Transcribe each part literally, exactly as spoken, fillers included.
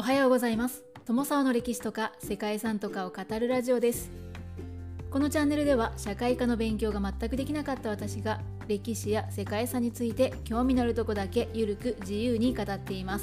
おはようございます。友沢の歴史とか世界遺産とかを語るラジオです。このチャンネルでは社会科の勉強が全くできなかった私が歴史や世界遺産について興味のあるとこだけゆるく自由に語っています。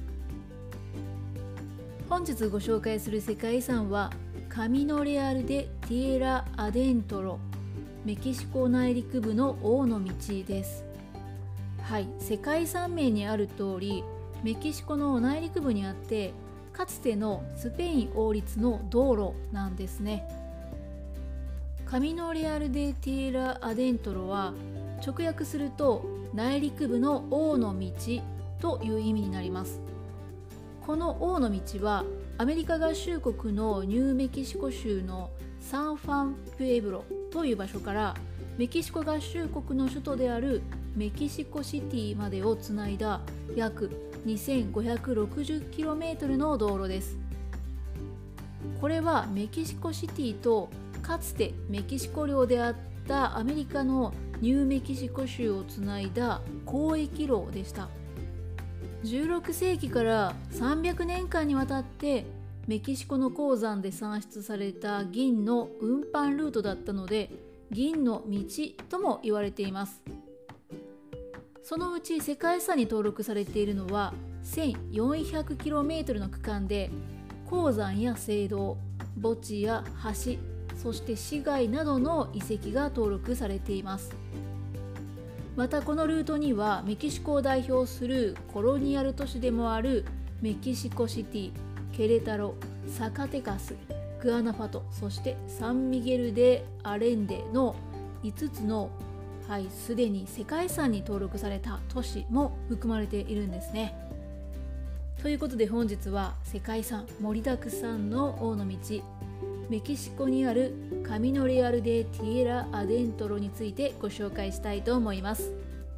本日ご紹介する世界遺産はカミノレアル・デ・ティエラ・アデントロ、メキシコ内陸部の王の道です。はい、世界遺産名にある通りメキシコの内陸部にあって、かつてのスペイン王立の道路なんですね。カミノレアル・デ・ティエラ・アデントロは直訳すると内陸部の王の道という意味になります。この王の道はアメリカ合衆国のニューメキシコ州のサンファン・プエブロという場所からメキシコ合衆国の首都であるメキシコシティまでをつないだ約 にせんごひゃくろくじゅっキロメートル の道路です。これはメキシコシティとかつてメキシコ領であったアメリカのニューメキシコ州をつないだ交易路でした。じゅうろくせいきからさんびゃくねんかんにわたってメキシコの鉱山で産出された銀の運搬ルートだったので、銀の道とも言われています。そのうち世界遺産に登録されているのは せんよんひゃくキロメートル の区間で、鉱山や聖堂、墓地や橋、そして市街などの遺跡が登録されています。またこのルートにはメキシコを代表するコロニアル都市でもあるメキシコシティ、ケレタロ、サカテカス、グアナファト、そしてサンミゲル・デ・アレンデのいつつのはい、すでに世界遺産に登録された都市も含まれているんですね。ということで本日は世界遺産盛りだくさんの王の道、メキシコにあるカミノレアル・デ・ティエラ・アデントロについてご紹介したいと思います。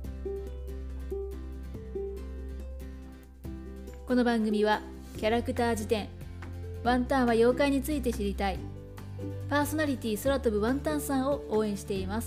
この番組はキャラクター辞典、ワンタンは妖怪について知りたい、パーソナリティ空飛ぶワンタンさんを応援しています。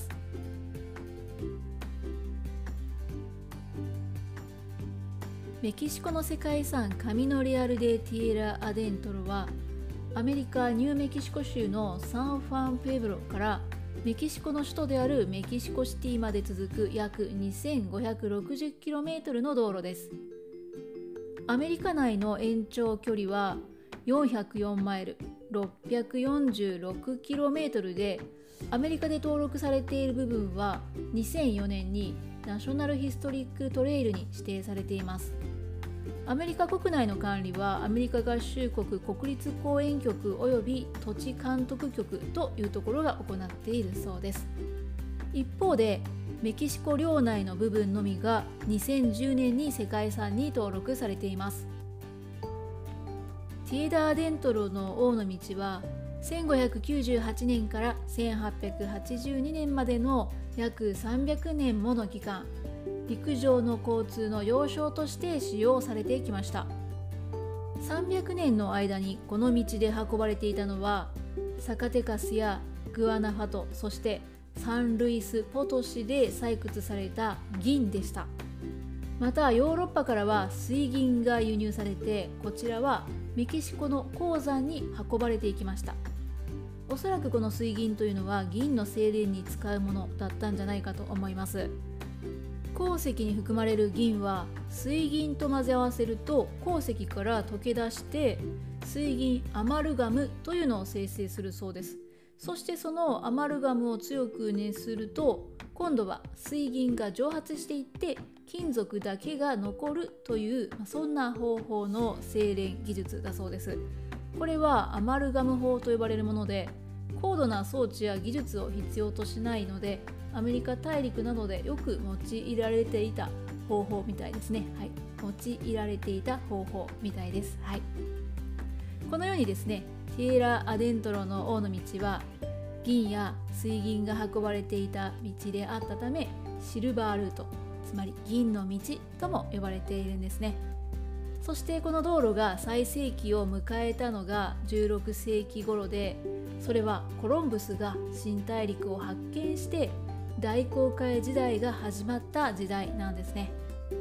メキシコの世界遺産カミノレアル・デ・ティエラ・アデントロはアメリカ・ニューメキシコ州のサンファン・プエブロからメキシコの首都であるメキシコシティまで続く約 にせんごひゃくろくじゅっキロメートル の道路です。アメリカ内の延長距離はよんひゃくよんマイル、ろっぴゃくよんじゅうろくキロメートル で、アメリカで登録されている部分はにせんよねんにナショナルヒストリックトレイルに指定されています。アメリカ国内の管理はアメリカ合衆国国立公園局および土地監督局というところが行っているそうです。一方でメキシコ領内の部分のみがにせんじゅうねんに世界遺産に登録されています。ティエラ・アデントロの王の道はせんごひゃくきゅうじゅうはちねんからせんはっぴゃくはちじゅうにねんまでの約さんびゃくねんもの期間、陸上の交通の要衝として使用されてきました。さんびゃくねんの間にこの道で運ばれていたのはサカテカスやグアナファト、そしてサンルイス・ポトシで採掘された銀でした。またヨーロッパからは水銀が輸入されて、こちらはメキシコの鉱山に運ばれていきました。おそらくこの水銀というのは銀の精錬に使うものだったんじゃないかと思います。鉱石に含まれる銀は水銀と混ぜ合わせると鉱石から溶け出して水銀アマルガムというのを生成するそうです。そしてそのアマルガムを強く熱すると今度は水銀が蒸発していって金属だけが残るという、そんな方法の精錬技術だそうです。これはアマルガム法と呼ばれるもので、高度な装置や技術を必要としないのでアメリカ大陸などでよく用いられていた方法みたいですね。はい、用いられていた方法みたいです。はい、このようにですね、ティエラ・アデントロの王の道は銀や水銀が運ばれていた道であったため、シルバールート、つまり銀の道とも呼ばれているんですね。そしてこの道路が最盛期を迎えたのがじゅうろくせいき頃で、それはコロンブスが新大陸を発見して大航海時代が始まった時代なんですね。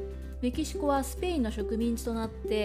メキシコはスペインの植民地となって、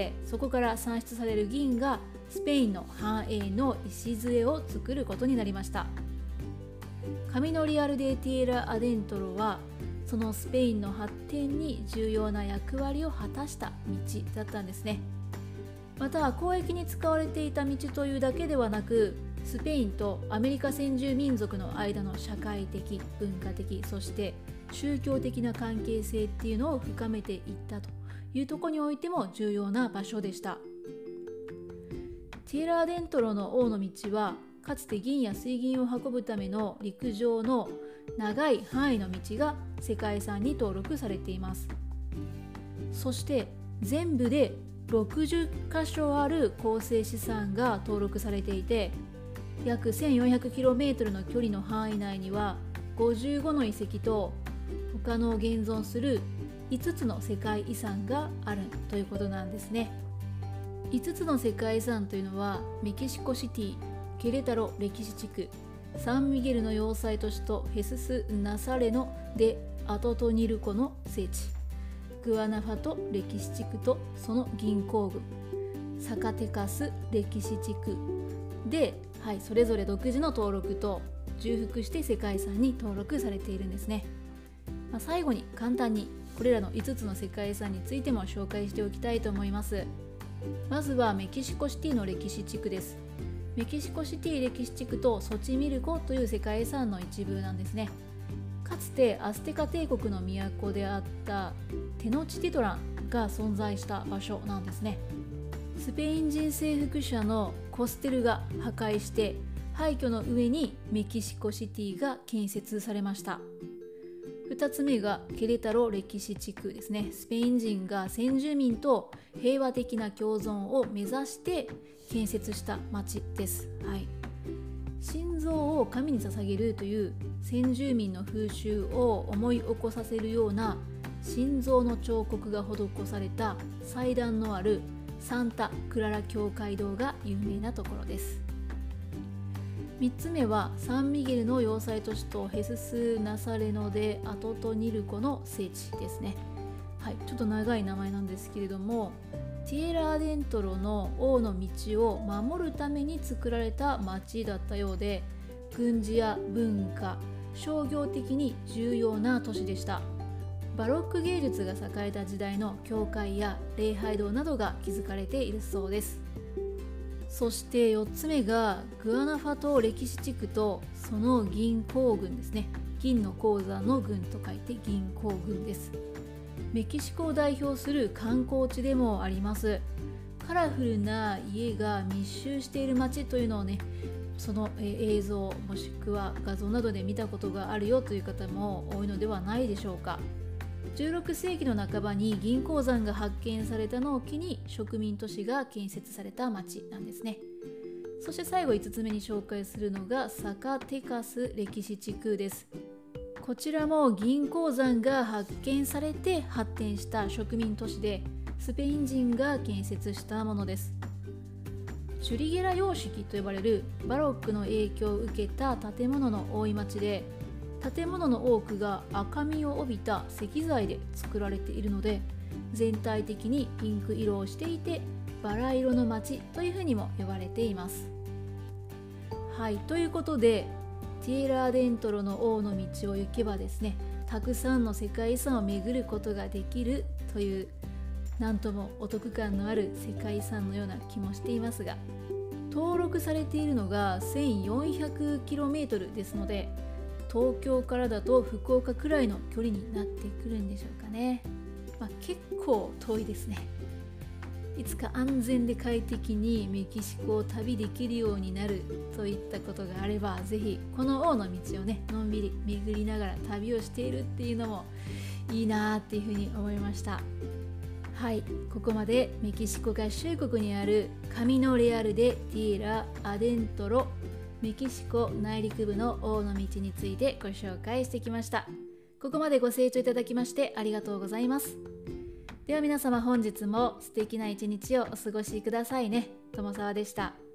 そこから産出される銀がスペインの繁栄の礎を作ることになりました。カミノ・リアル・デ・ティエラ・アデントロはそのスペインの発展に重要な役割を果たした道だったんですね。また交易に使われていた道というだけではなく、スペインとアメリカ先住民族の間の社会的、文化的、そして宗教的な関係性っていうのを深めていったというところにおいても重要な場所でした。ティエラ・アデントロの王の道は、かつて銀や水銀を運ぶための陸上の長い範囲の道が世界遺産に登録されています。そして全部でろくじゅっかしょある構成資産が登録されていて、約 せんよんひゃくキロメートル の距離の範囲内にはごじゅうごの遺跡と他の現存するいつつの世界遺産があるということなんですね。いつつの世界遺産というのは、メキシコシティ、ケレタロ歴史地区、サンミゲルの要塞都市とヘスス・ナサレノ・デ・アトトニルコの聖地、グアナファト歴史地区とその銀行群、サカテカス歴史地区で、はい、それぞれ独自の登録と重複して世界遺産に登録されているんですね。まあ、最後に簡単にこれらのいつつの世界遺産についても紹介しておきたいと思います。まずはメキシコシティの歴史地区です。メキシコシティ歴史地区とソチミルコという世界遺産の一部なんですね。かつてアステカ帝国の都であったテノチティトランが存在した場所なんですね。スペイン人征服者のコステルが破壊して廃墟の上にメキシコシティが建設されました。ふたつめがケレタロ歴史地区ですね。スペイン人が先住民と平和的な共存を目指して建設した町です。はい、心臓を神に捧げるという先住民の風習を思い起こさせるような心臓の彫刻が施された祭壇のあるサンタクララ教会堂が有名なところです。みっつめはサンミゲルの要塞都市とヘスス・ナサレノ・デ・アトトニルコの聖地ですね。はい、ちょっと長い名前なんですけれども、ティエラ・アデントロの王の道を守るために作られた町だったようで、軍事や文化、商業的に重要な都市でした。バロック芸術が栄えた時代の教会や礼拝堂などが築かれているそうです。そしてよっつめがグアナファト歴史地区とその銀行群ですね。銀の鉱山の群と書いて銀行群です。メキシコを代表する観光地でもあります。カラフルな家が密集している街というのをね、その映像もしくは画像などで見たことがあるよという方も多いのではないでしょうか。じゅうろくせいきの半ばに銀鉱山が発見されたのを機に植民都市が建設された町なんですね。そして最後いつつめに紹介するのがサカテカス歴史地区です。こちらも銀鉱山が発見されて発展した植民都市で、スペイン人が建設したものです。チュリゲラ様式と呼ばれるバロックの影響を受けた建物の多い町で、建物の多くが赤みを帯びた石材で作られているので、全体的にピンク色をしていてバラ色の街というふうにも呼ばれています。はい、ということでティエラ・アデントロの王の道を行けばですね、たくさんの世界遺産を巡ることができるという、なんともお得感のある世界遺産のような気もしていますが、登録されているのが せんよんひゃくキロメートル ですので、東京からだと福岡くらいの距離になってくるんでしょうかね。まあ、結構遠いですね。いつか安全で快適にメキシコを旅できるようになるといったことがあれば、ぜひこの王の道をね、のんびり巡りながら旅をしているっていうのもいいなっていうふうに思いました。はい、ここまでメキシコ合衆国にあるカミノレアル・デ・ティエラ・アデントロメキシコ内陸部の王の道についてご紹介してきました。ここまでご清聴いただきましてありがとうございます。では皆様、本日も素敵な一日をお過ごしくださいね。友沢でした。